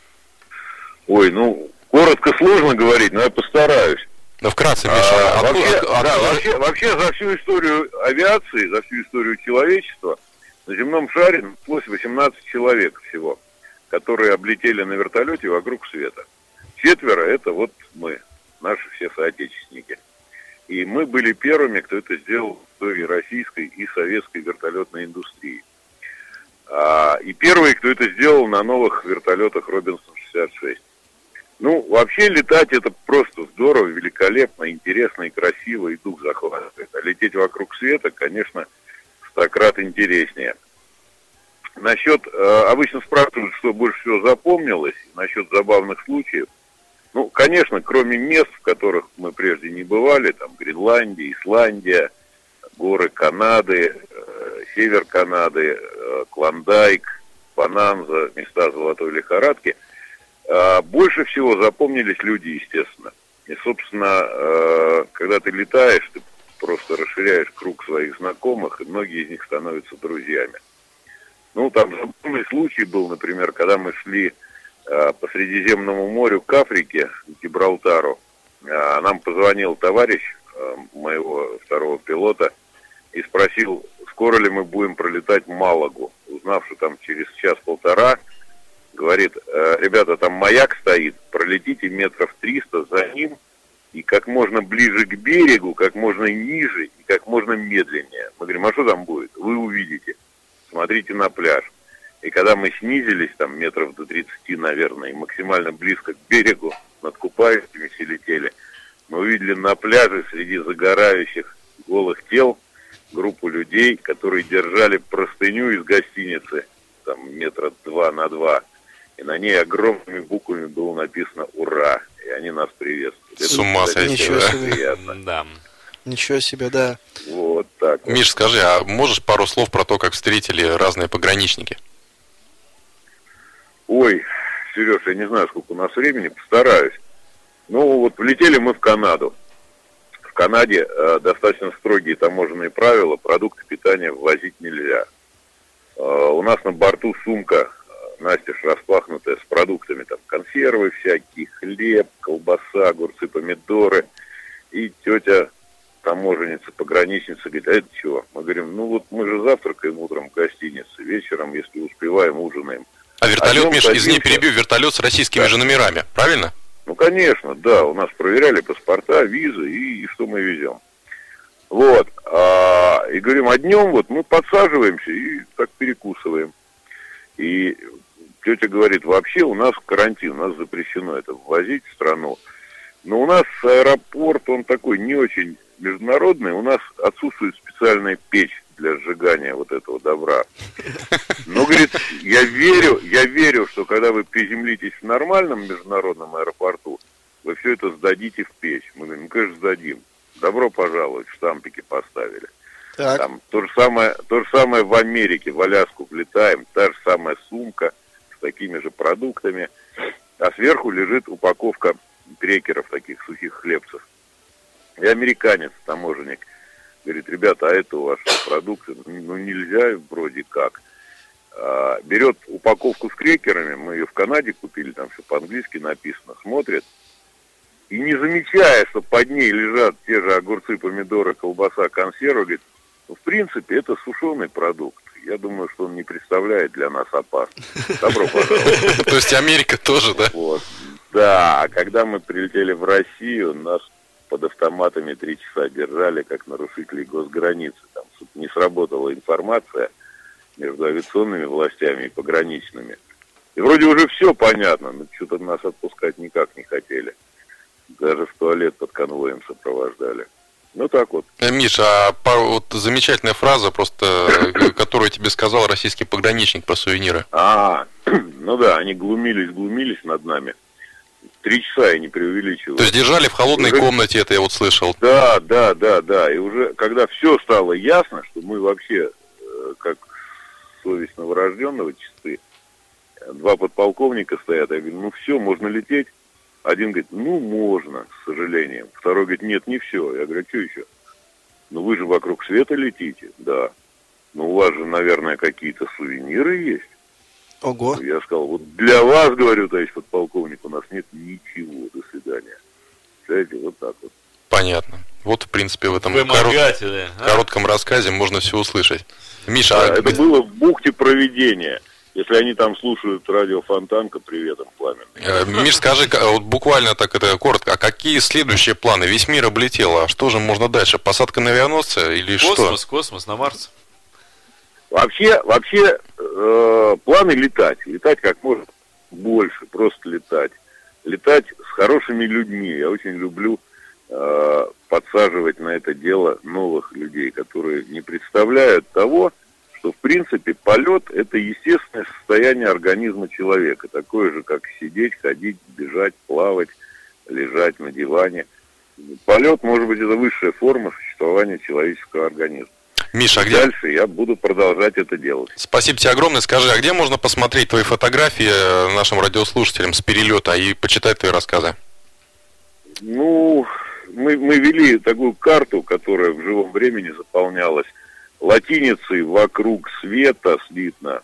Speaker 5: Ой, ну, коротко сложно говорить, но я постараюсь.
Speaker 6: Ну, вкратце, Миша.
Speaker 5: Вообще за всю историю авиации, за всю историю человечества на земном шаре нашлось 18 человек всего, которые облетели на вертолете вокруг света. 4 это вот мы, наши все соотечественники. И мы были первыми, кто это сделал в истории российской и советской вертолетной индустрии. И первые, кто это сделал на новых вертолетах Робинсон-66. Ну, вообще летать это просто здорово, великолепно, интересно и красиво, и дух захватывает. А лететь вокруг света, конечно, 100 крат интереснее. Насчет, обычно спрашивают, что больше всего запомнилось, насчет забавных случаев. Ну, конечно, кроме мест, в которых мы прежде не бывали, там Гренландия, Исландия, горы Канады, север Канады, Клондайк, Пананза, места золотой лихорадки, больше всего запомнились люди, естественно. И, собственно, когда ты летаешь, ты просто расширяешь круг своих знакомых, и многие из них становятся друзьями. Ну, там забавный случай был, например, когда мы шли по Средиземному морю к Африке, к Гибралтару. Нам позвонил товарищ моего второго пилота и спросил, скоро ли мы будем пролетать Малагу. Узнав, что там через час-полтора, говорит, ребята, там маяк стоит, пролетите метров 300 за ним и как можно ближе к берегу, как можно ниже и как можно медленнее. Мы говорим, а что там будет? Вы увидите. Смотрите на пляж. И когда мы снизились, там метров до 30, наверное, и максимально близко к берегу, над купающимися летели, мы увидели на пляже среди загорающих голых тел группу людей, которые держали простыню из гостиницы, там метра 2 на 2,
Speaker 10: и на ней огромными буквами было написано «Ура!», и они нас приветствуют.
Speaker 6: С ума сойти,
Speaker 3: Ничего
Speaker 6: да?
Speaker 3: себе.
Speaker 10: Приятно.
Speaker 2: Да.
Speaker 3: Ничего себе, да.
Speaker 10: Вот так вот.
Speaker 6: Миш, скажи, а можешь пару слов про то, как встретили разные пограничники?
Speaker 10: Ой, Сереж, я не знаю, сколько у нас времени, постараюсь. Ну, вот влетели мы в Канаду. В Канаде достаточно строгие таможенные правила, продукты питания ввозить нельзя. У нас на борту сумка настежь распахнутая с продуктами, там консервы всякие, хлеб, колбаса, огурцы, помидоры. И тетя таможенница, пограничница говорит: а это чего? Мы говорим: ну вот мы же завтракаем утром в гостинице, вечером, если успеваем, ужинаем.
Speaker 6: А вертолет,
Speaker 10: днем
Speaker 6: Миш,
Speaker 10: садимся.
Speaker 6: извини, перебью, вертолет с российскими
Speaker 10: Да.
Speaker 6: же номерами, правильно?
Speaker 10: Ну, конечно, да, у нас проверяли паспорта, визы и что мы везем. Вот, и говорим, а днем вот мы подсаживаемся и так перекусываем. И тетя говорит: вообще у нас карантин, у нас запрещено это ввозить в страну. Но у нас аэропорт, он такой не очень международный, у нас отсутствует специальная печь для сжигания вот этого добра. Но, говорит, я верю, что когда вы приземлитесь в нормальном международном аэропорту, вы все это сдадите в печь. Мы говорим: ну, конечно, сдадим. Добро пожаловать, штампики поставили.
Speaker 3: Так.
Speaker 10: Там то же самое в Америке, в Аляску влетаем, та же самая сумка с такими же продуктами, а сверху лежит упаковка крекеров, таких сухих хлебцев. И американец, таможенник, говорит: ребята, а это ваши продукты? Ну, нельзя вроде как. Берет упаковку с крекерами, мы ее в Канаде купили, там все по-английски написано, смотрит, и не замечая, что под ней лежат те же огурцы, помидоры, колбаса, консервы, говорит: ну, в принципе, это сушеный продукт. Я думаю, что он не представляет для нас опасности. Добро пожаловать.
Speaker 6: То есть Америка тоже, да?
Speaker 10: Вот. Да, а когда мы прилетели в Россию, нас под автоматами 3 часа держали, как нарушителей госграницы. Там не сработала информация между авиационными властями и пограничными. И вроде уже все понятно, но что-то нас отпускать никак не хотели. Даже в туалет под конвоем сопровождали. Ну так вот.
Speaker 6: Миша, вот замечательная фраза, просто, которую тебе сказал российский пограничник про сувениры.
Speaker 10: Ну да, они глумились над нами. 3 часа, я не преувеличиваю.
Speaker 6: То есть держали в холодной
Speaker 10: уже...
Speaker 6: комнате, это я вот слышал.
Speaker 10: Да. И уже, когда все стало ясно, что мы вообще, как совесть новорожденного, чисты, 2 подполковника стоят, я говорю: ну все, можно лететь. Один говорит: ну можно, с сожалением. Второй говорит: нет, не все. Я говорю: а что еще? Ну вы же вокруг света летите. Да. Ну у вас же, наверное, какие-то сувениры есть.
Speaker 3: Ого.
Speaker 10: Я сказал: вот для вас, говорю, товарищ подполковник, у нас нет ничего. До свидания. Знаете, вот так вот.
Speaker 6: Понятно. Вот, в принципе, в этом
Speaker 2: Вымогатели,
Speaker 6: коротком рассказе можно все услышать. Миша,
Speaker 10: Да, это было в бухте Провидения. Если они там слушают радио Фонтанка, привет им пламенный.
Speaker 6: Миш, скажи, вот буквально так это коротко, а какие следующие планы? Весь мир облетел, а что же можно дальше? Посадка на авианосца или что?
Speaker 2: Космос, на Марс.
Speaker 10: Вообще, планы летать как можно больше, просто летать. Летать с хорошими людьми. Я очень люблю подсаживать на это дело новых людей, которые не представляют того, что, в принципе, полет – это естественное состояние организма человека. Такое же, как сидеть, ходить, бежать, плавать, лежать на диване. Полет, может быть, это высшая форма существования человеческого организма.
Speaker 6: Миша, а где...
Speaker 10: Дальше я буду продолжать это делать.
Speaker 6: Спасибо тебе огромное. Скажи, а где можно посмотреть твои фотографии нашим радиослушателям с перелета и почитать твои рассказы?
Speaker 10: Ну, мы вели такую карту, которая в живом времени заполнялась латиницей «Вокруг света» слитно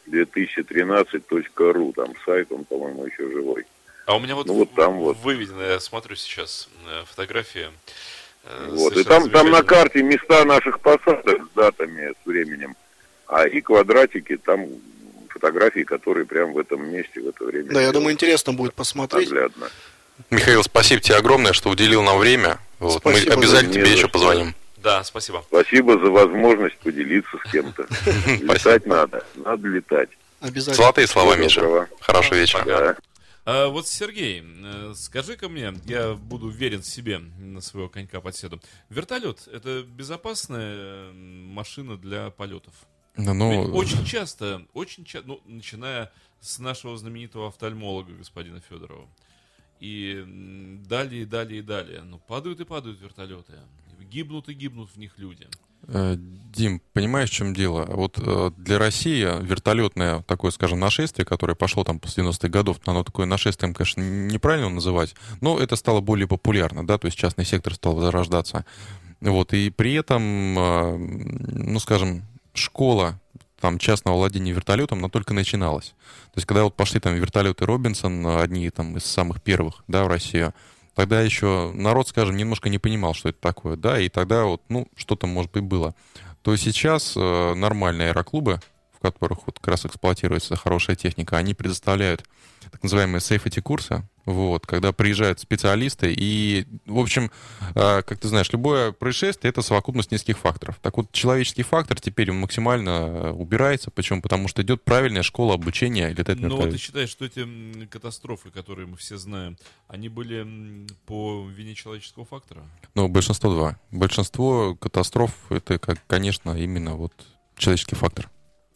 Speaker 10: 2013.ru. Там сайт, он, по-моему, еще живой.
Speaker 2: А у меня вот,
Speaker 10: ну, вот там вот
Speaker 2: выведено, я смотрю сейчас фотографии.
Speaker 10: Вот. И там на карте места наших посадок с датами, с временем, и квадратики, там фотографии, которые прямо в этом месте, в это время.
Speaker 3: Да, я думаю, интересно будет посмотреть.
Speaker 10: Наглядно.
Speaker 6: Михаил, спасибо тебе огромное, что уделил нам время. Вот. Мы обязательно тебе еще позвоним.
Speaker 2: Да, спасибо.
Speaker 10: Спасибо за возможность поделиться с кем-то. Летать надо летать.
Speaker 3: Обязательно.
Speaker 6: Золотые слова, Миша. Хорошего вечера.
Speaker 2: Вот, Сергей, скажи-ка мне, я буду уверен в себе, на своего конька подседу. Вертолет – это безопасная машина для полетов?
Speaker 6: Ну,
Speaker 2: очень часто, ну, начиная с нашего знаменитого офтальмолога господина Федорова. И далее, и далее, и далее. Ну, падают и падают вертолеты. Гибнут и гибнут в них люди.
Speaker 6: Дим, понимаешь, в чем дело? Вот для России вертолетное такое, скажем, нашествие, которое пошло там после 90-х годов, оно такое нашествием, конечно, неправильно называть, но это стало более популярно, да, то есть частный сектор стал возрождаться. Вот, и при этом, ну, скажем, школа там частного владения вертолетом, она только начиналась. То есть, когда вот пошли там вертолеты Робинсон, одни там из самых первых, да, в Россию, тогда еще народ, скажем, немножко не понимал, что это такое, да, и тогда вот, ну, что-то, может быть, было. То сейчас нормальные аэроклубы, в которых вот как раз эксплуатируется хорошая техника, они предоставляют так называемые сейфти-курсы, вот, когда приезжают специалисты, и, в общем, как ты знаешь, любое происшествие — это совокупность нескольких факторов. Так вот, человеческий фактор теперь он максимально убирается, почему? Потому что идет правильная школа обучения летательной
Speaker 2: Но вот ты считаешь, что эти катастрофы, которые мы все знаем, они были по вине человеческого фактора?
Speaker 6: Ну, большинство — да. Большинство катастроф — это, конечно, именно вот человеческий фактор.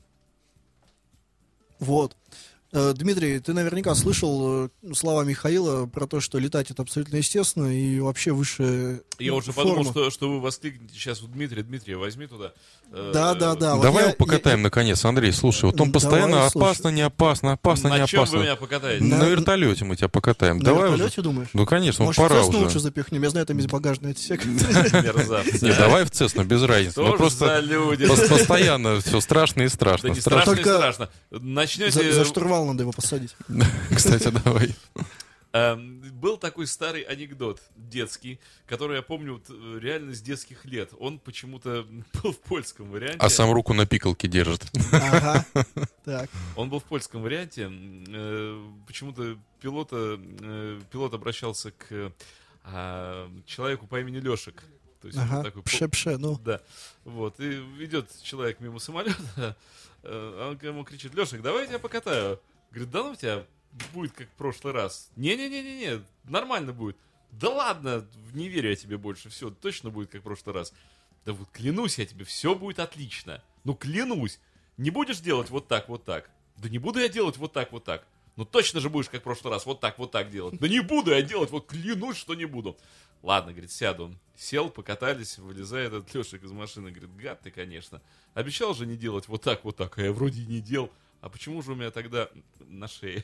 Speaker 3: Вот. Дмитрий, ты наверняка слышал слова Михаила про то, что летать это абсолютно естественно и вообще высшая
Speaker 2: Я уже
Speaker 3: форма.
Speaker 2: подумал, что вы воскликнете сейчас у Дмитрия, возьми туда.
Speaker 3: Да.
Speaker 6: Давай его покатаем наконец, Андрей. Слушай, вот он постоянно опасно, не опасно, опасно, не
Speaker 2: На чем
Speaker 6: опасно.
Speaker 2: вы меня покатаете?
Speaker 6: На вертолете мы тебя покатаем.
Speaker 3: На
Speaker 6: Давай
Speaker 3: вертолете,
Speaker 6: уже.
Speaker 3: думаешь?
Speaker 6: Ну, конечно,
Speaker 3: Может,
Speaker 6: пора
Speaker 3: в Цесну
Speaker 6: уже.
Speaker 3: лучше запихнем? Я знаю, там есть багажный отсек.
Speaker 2: Мерзавцы.
Speaker 6: Не, давай в Цесну, без разницы.
Speaker 2: Что
Speaker 6: Мы
Speaker 2: ж
Speaker 6: просто
Speaker 2: за люди?
Speaker 6: постоянно все страшно и
Speaker 2: Да
Speaker 6: страшно.
Speaker 2: не страшно, не
Speaker 3: Только
Speaker 2: страшно. Начнете...
Speaker 3: За штурвал надо его посадить.
Speaker 6: Кстати, давай.
Speaker 2: Был такой старый анекдот детский, который я помню вот, реально с детских лет. Он почему-то был в польском варианте.
Speaker 6: А сам руку на пикалке держит.
Speaker 3: Ага. Так.
Speaker 2: Он был в польском варианте. Почему-то пилот обращался к человеку по имени Лешек. То есть
Speaker 3: Ага.
Speaker 2: он такой,
Speaker 3: Пше-пше, ну.
Speaker 2: да. Вот. И идет человек мимо самолета, он ему кричит: Лешек, давай я тебя покатаю. Говорит: да ну у тебя будет как в прошлый раз. Не-не-не-не, нормально будет. Да ладно, не верю я тебе больше, все, точно будет как в прошлый раз. Да вот клянусь я тебе, все будет отлично. Ну клянусь, не будешь делать вот так, вот так. Да не буду я делать вот так, вот так. Ну точно же будешь как в прошлый раз вот так делать. Да не буду я делать, вот клянусь, что не буду. Ладно, говорит, сяду. Сел, покатались, вылезает этот Лешек из машины. Говорит: гад ты, конечно. Обещал же не делать вот так, а я вроде и не делал. А почему же у меня тогда на шее?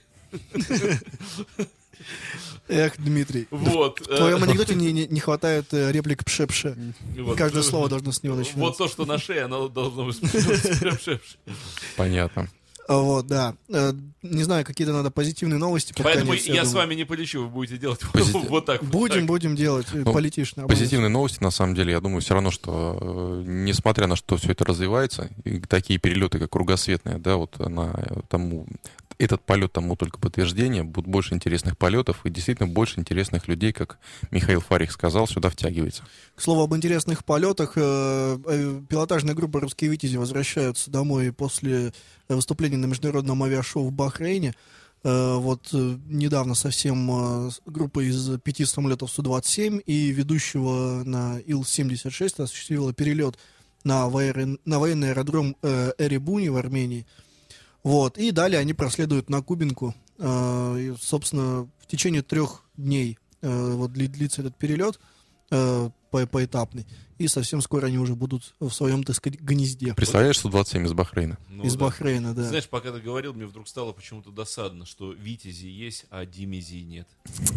Speaker 3: Эх, Дмитрий.
Speaker 2: Вот.
Speaker 3: В твоем анекдоте не хватает реплик пше-пше.
Speaker 2: Вот.
Speaker 3: Каждое слово должно с него начинаться.
Speaker 2: Вот то, что на шее, оно должно быть пше-пше.
Speaker 6: Понятно.
Speaker 3: Вот, да. Не знаю, какие-то надо позитивные новости. под
Speaker 2: Поэтому
Speaker 3: конец,
Speaker 2: я с
Speaker 3: думаю.
Speaker 2: вами не полечу, вы будете делать
Speaker 6: Позитив.
Speaker 2: вот так.
Speaker 3: Будем делать. Полетишь на
Speaker 6: Позитивные новости, на самом деле, я думаю, все равно, что несмотря на что все это развивается, и такие перелеты, как кругосветные, да, вот этот полет тому только подтверждение, будут больше интересных полетов, и действительно больше интересных людей, как Михаил Фарих сказал, сюда втягивается.
Speaker 3: К слову об интересных полетах, пилотажная группа «Русские витязи» возвращаются домой после выступления на международном авиашоу в Бахрейне. Вот недавно совсем группа из 5 самолетов Су-27 и ведущего на Ил-76 осуществила перелет на военный аэродром Эребуни в Армении. Вот, и далее они проследуют на Кубинку. И, собственно, в течение 3 дней вот длится этот перелет поэтапный. И совсем скоро они уже будут в своем, так сказать, гнезде.
Speaker 6: Представляешь, Су-27 из Бахрейна?
Speaker 2: Ну,
Speaker 3: Из
Speaker 2: да.
Speaker 3: Бахрейна, да.
Speaker 2: Знаешь, пока ты говорил, мне вдруг стало почему-то досадно, что витязи есть, а димези нет.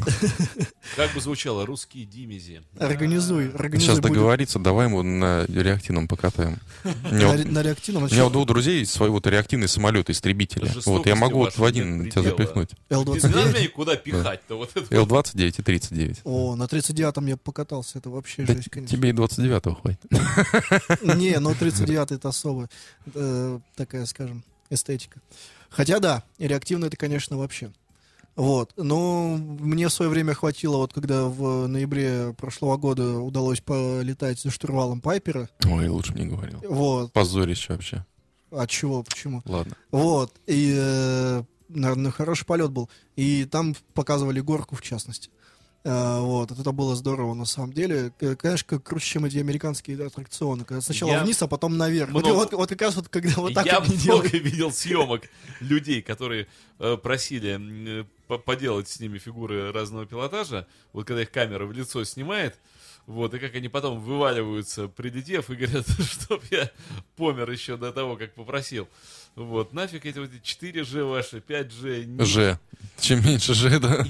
Speaker 2: Как бы звучало: русские димези.
Speaker 3: Организуй
Speaker 6: Сейчас
Speaker 3: будем.
Speaker 6: договориться, давай ему на реактивном покатаем.
Speaker 3: На реактивном.
Speaker 6: У меня у 2 друзей свои вот реактивные самолеты, истребители. Вот я могу вот в один тебя запихнуть.
Speaker 2: Не надо
Speaker 3: Л-29?
Speaker 2: меня куда пихать-то. Вот это.
Speaker 6: Л-29 и 39.
Speaker 3: О, на 39-м я покатался, это вообще
Speaker 6: Да
Speaker 3: жесть, конечно.
Speaker 6: тебе и 29-го хватит.
Speaker 3: Не, но 39-й это особо такая, скажем, эстетика. Хотя да, реактивно это, конечно, вообще. Вот. Но мне в свое время хватило, вот когда в ноябре прошлого года удалось полетать за штурвалом Пайпера.
Speaker 6: Ой, лучше не говорил.
Speaker 3: Вот.
Speaker 6: Позорище вообще.
Speaker 3: От чего? Почему?
Speaker 6: Ладно.
Speaker 3: Вот. И, наверное, хороший полет был. И там показывали горку, в частности. Вот, это было здорово на самом деле. Конечно, как круче, чем эти американские аттракционы. Когда сначала
Speaker 2: Я
Speaker 3: вниз, а потом наверх.
Speaker 2: много-
Speaker 3: Вот как раз вот когда вот так
Speaker 2: Я
Speaker 3: они
Speaker 2: много
Speaker 3: делают.
Speaker 2: видел съемок людей, которые просили поделать с ними фигуры разного пилотажа. Вот когда их камера в лицо снимает, вот, и как они потом вываливаются, прилетев, и говорят, чтоб я помер еще до того, как попросил. Вот, нафиг эти вот 4G ваши, 5G.
Speaker 6: Ж. Чем меньше Ж, да?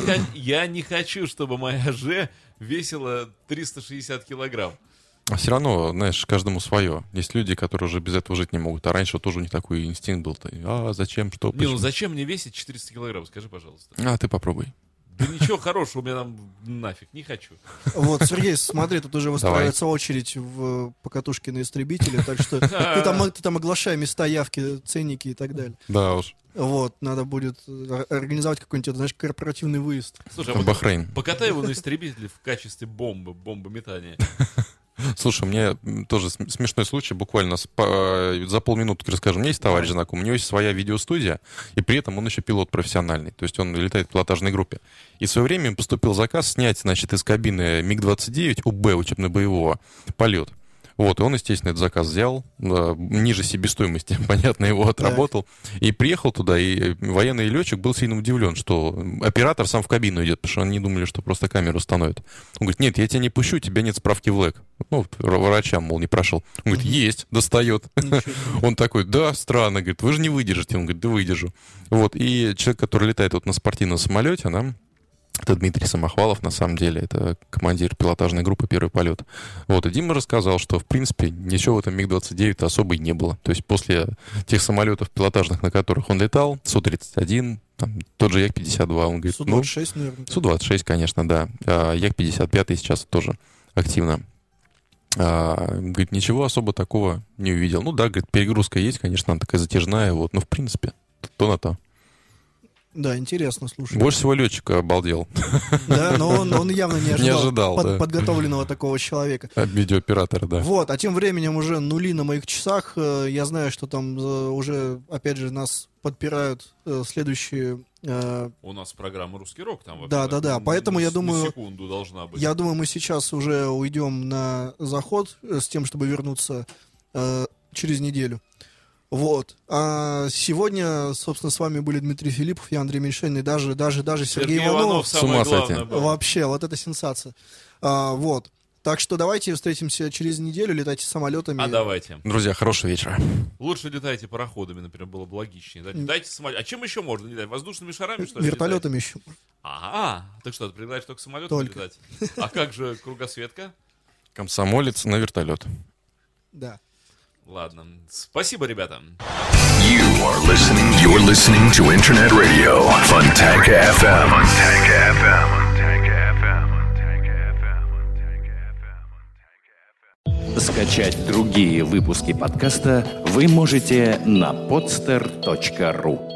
Speaker 2: Я не хочу, чтобы моя Ж весила 360 килограмм.
Speaker 6: А все равно, знаешь, каждому свое. Есть люди, которые уже без этого жить не могут. А раньше тоже у них такой инстинкт был. А зачем, что,
Speaker 2: Не,
Speaker 6: почему?
Speaker 2: ну зачем мне весить 400 килограмм, скажи, пожалуйста.
Speaker 6: А, ты попробуй.
Speaker 2: Да ничего хорошего, у меня там нафиг, не хочу.
Speaker 3: Вот, Сергей, смотри, тут уже выстраивается очередь в покатушке на истребителе, так что ты там оглашай места явки, ценники и так далее.
Speaker 6: Да уж.
Speaker 3: Вот, надо будет организовать какой-нибудь, знаешь, корпоративный выезд.
Speaker 2: Слушай,
Speaker 6: Бахрейн.
Speaker 2: покатай его на истребителе в качестве бомбометания.
Speaker 6: Слушай, мне тоже смешной случай, буквально за полминутки расскажу. У меня есть товарищ знакомый, у него есть своя видеостудия, и при этом он еще пилот профессиональный, то есть он летает в пилотажной группе. И в свое время им поступил заказ снять, значит, из кабины МиГ-29 УБ, учебно-боевого, полет. Вот, и он, естественно, этот заказ взял, ниже себестоимости, понятно, его отработал, и приехал туда, и военный летчик был сильно удивлен, что оператор сам в кабину идет, потому что они думали, что просто камеру установят. Он говорит, нет, я тебя не пущу, у тебя нет справки в ЛЭК. Ну, врачам, мол, не прошел. Он говорит, есть, достает. Он такой, да, странно, говорит, вы же не выдержите. Он говорит, да выдержу. Вот, и человек, который летает вот на спортивном самолете, это Дмитрий Самохвалов, на самом деле, это командир пилотажной группы «Первый полет». Вот, и Дима рассказал, что, в принципе, ничего в этом МиГ-29 особо и не было. То есть после тех самолетов пилотажных, на которых он летал, Су-31, там, тот же Як-52, он говорит,
Speaker 3: Су-26, наверное.
Speaker 6: Су-26, конечно, да. Як-55 сейчас тоже активно. Говорит, ничего особо такого не увидел. Ну да, говорит, перегрузка есть, конечно, она такая затяжная, вот, но в принципе, то на то.
Speaker 3: Да, интересно, слушай.
Speaker 6: Больше всего летчик обалдел.
Speaker 3: Да, но он явно не ожидал
Speaker 6: да.
Speaker 3: подготовленного такого человека.
Speaker 6: Видеооператора, да.
Speaker 3: Вот, а тем временем уже нули на моих часах. Я знаю, что там уже, опять же, нас подпирают следующие...
Speaker 2: У нас программа «Русский рок» там
Speaker 3: вообще. Да. Поэтому я думаю...
Speaker 2: На секунду должна быть.
Speaker 3: Я думаю, мы сейчас уже уйдем на заход с тем, чтобы вернуться через неделю. Вот. А сегодня, собственно, с вами были Дмитрий Филиппов, я Андрей Меньшенин, и даже Сергей Иванов.
Speaker 6: С ума сойти.
Speaker 3: Вообще, вот это сенсация. Вот. Так что давайте встретимся через неделю, летайте самолетами.
Speaker 2: А давайте.
Speaker 6: Друзья, хорошего вечера.
Speaker 2: Лучше летайте пароходами, например, было бы логичнее. Летайте самолетами. А чем еще можно летать? Воздушными шарами, что ли?
Speaker 3: Вертолетами еще.
Speaker 2: Так что, ты предлагаешь только самолетами летать? А как же кругосветка?
Speaker 6: Комсомолец на вертолет.
Speaker 3: Да.
Speaker 2: Ладно. Спасибо, ребята.
Speaker 8: You're listening to Internet Radio, Fontanka FM.
Speaker 1: Скачать другие выпуски подкаста вы можете на podster.ru.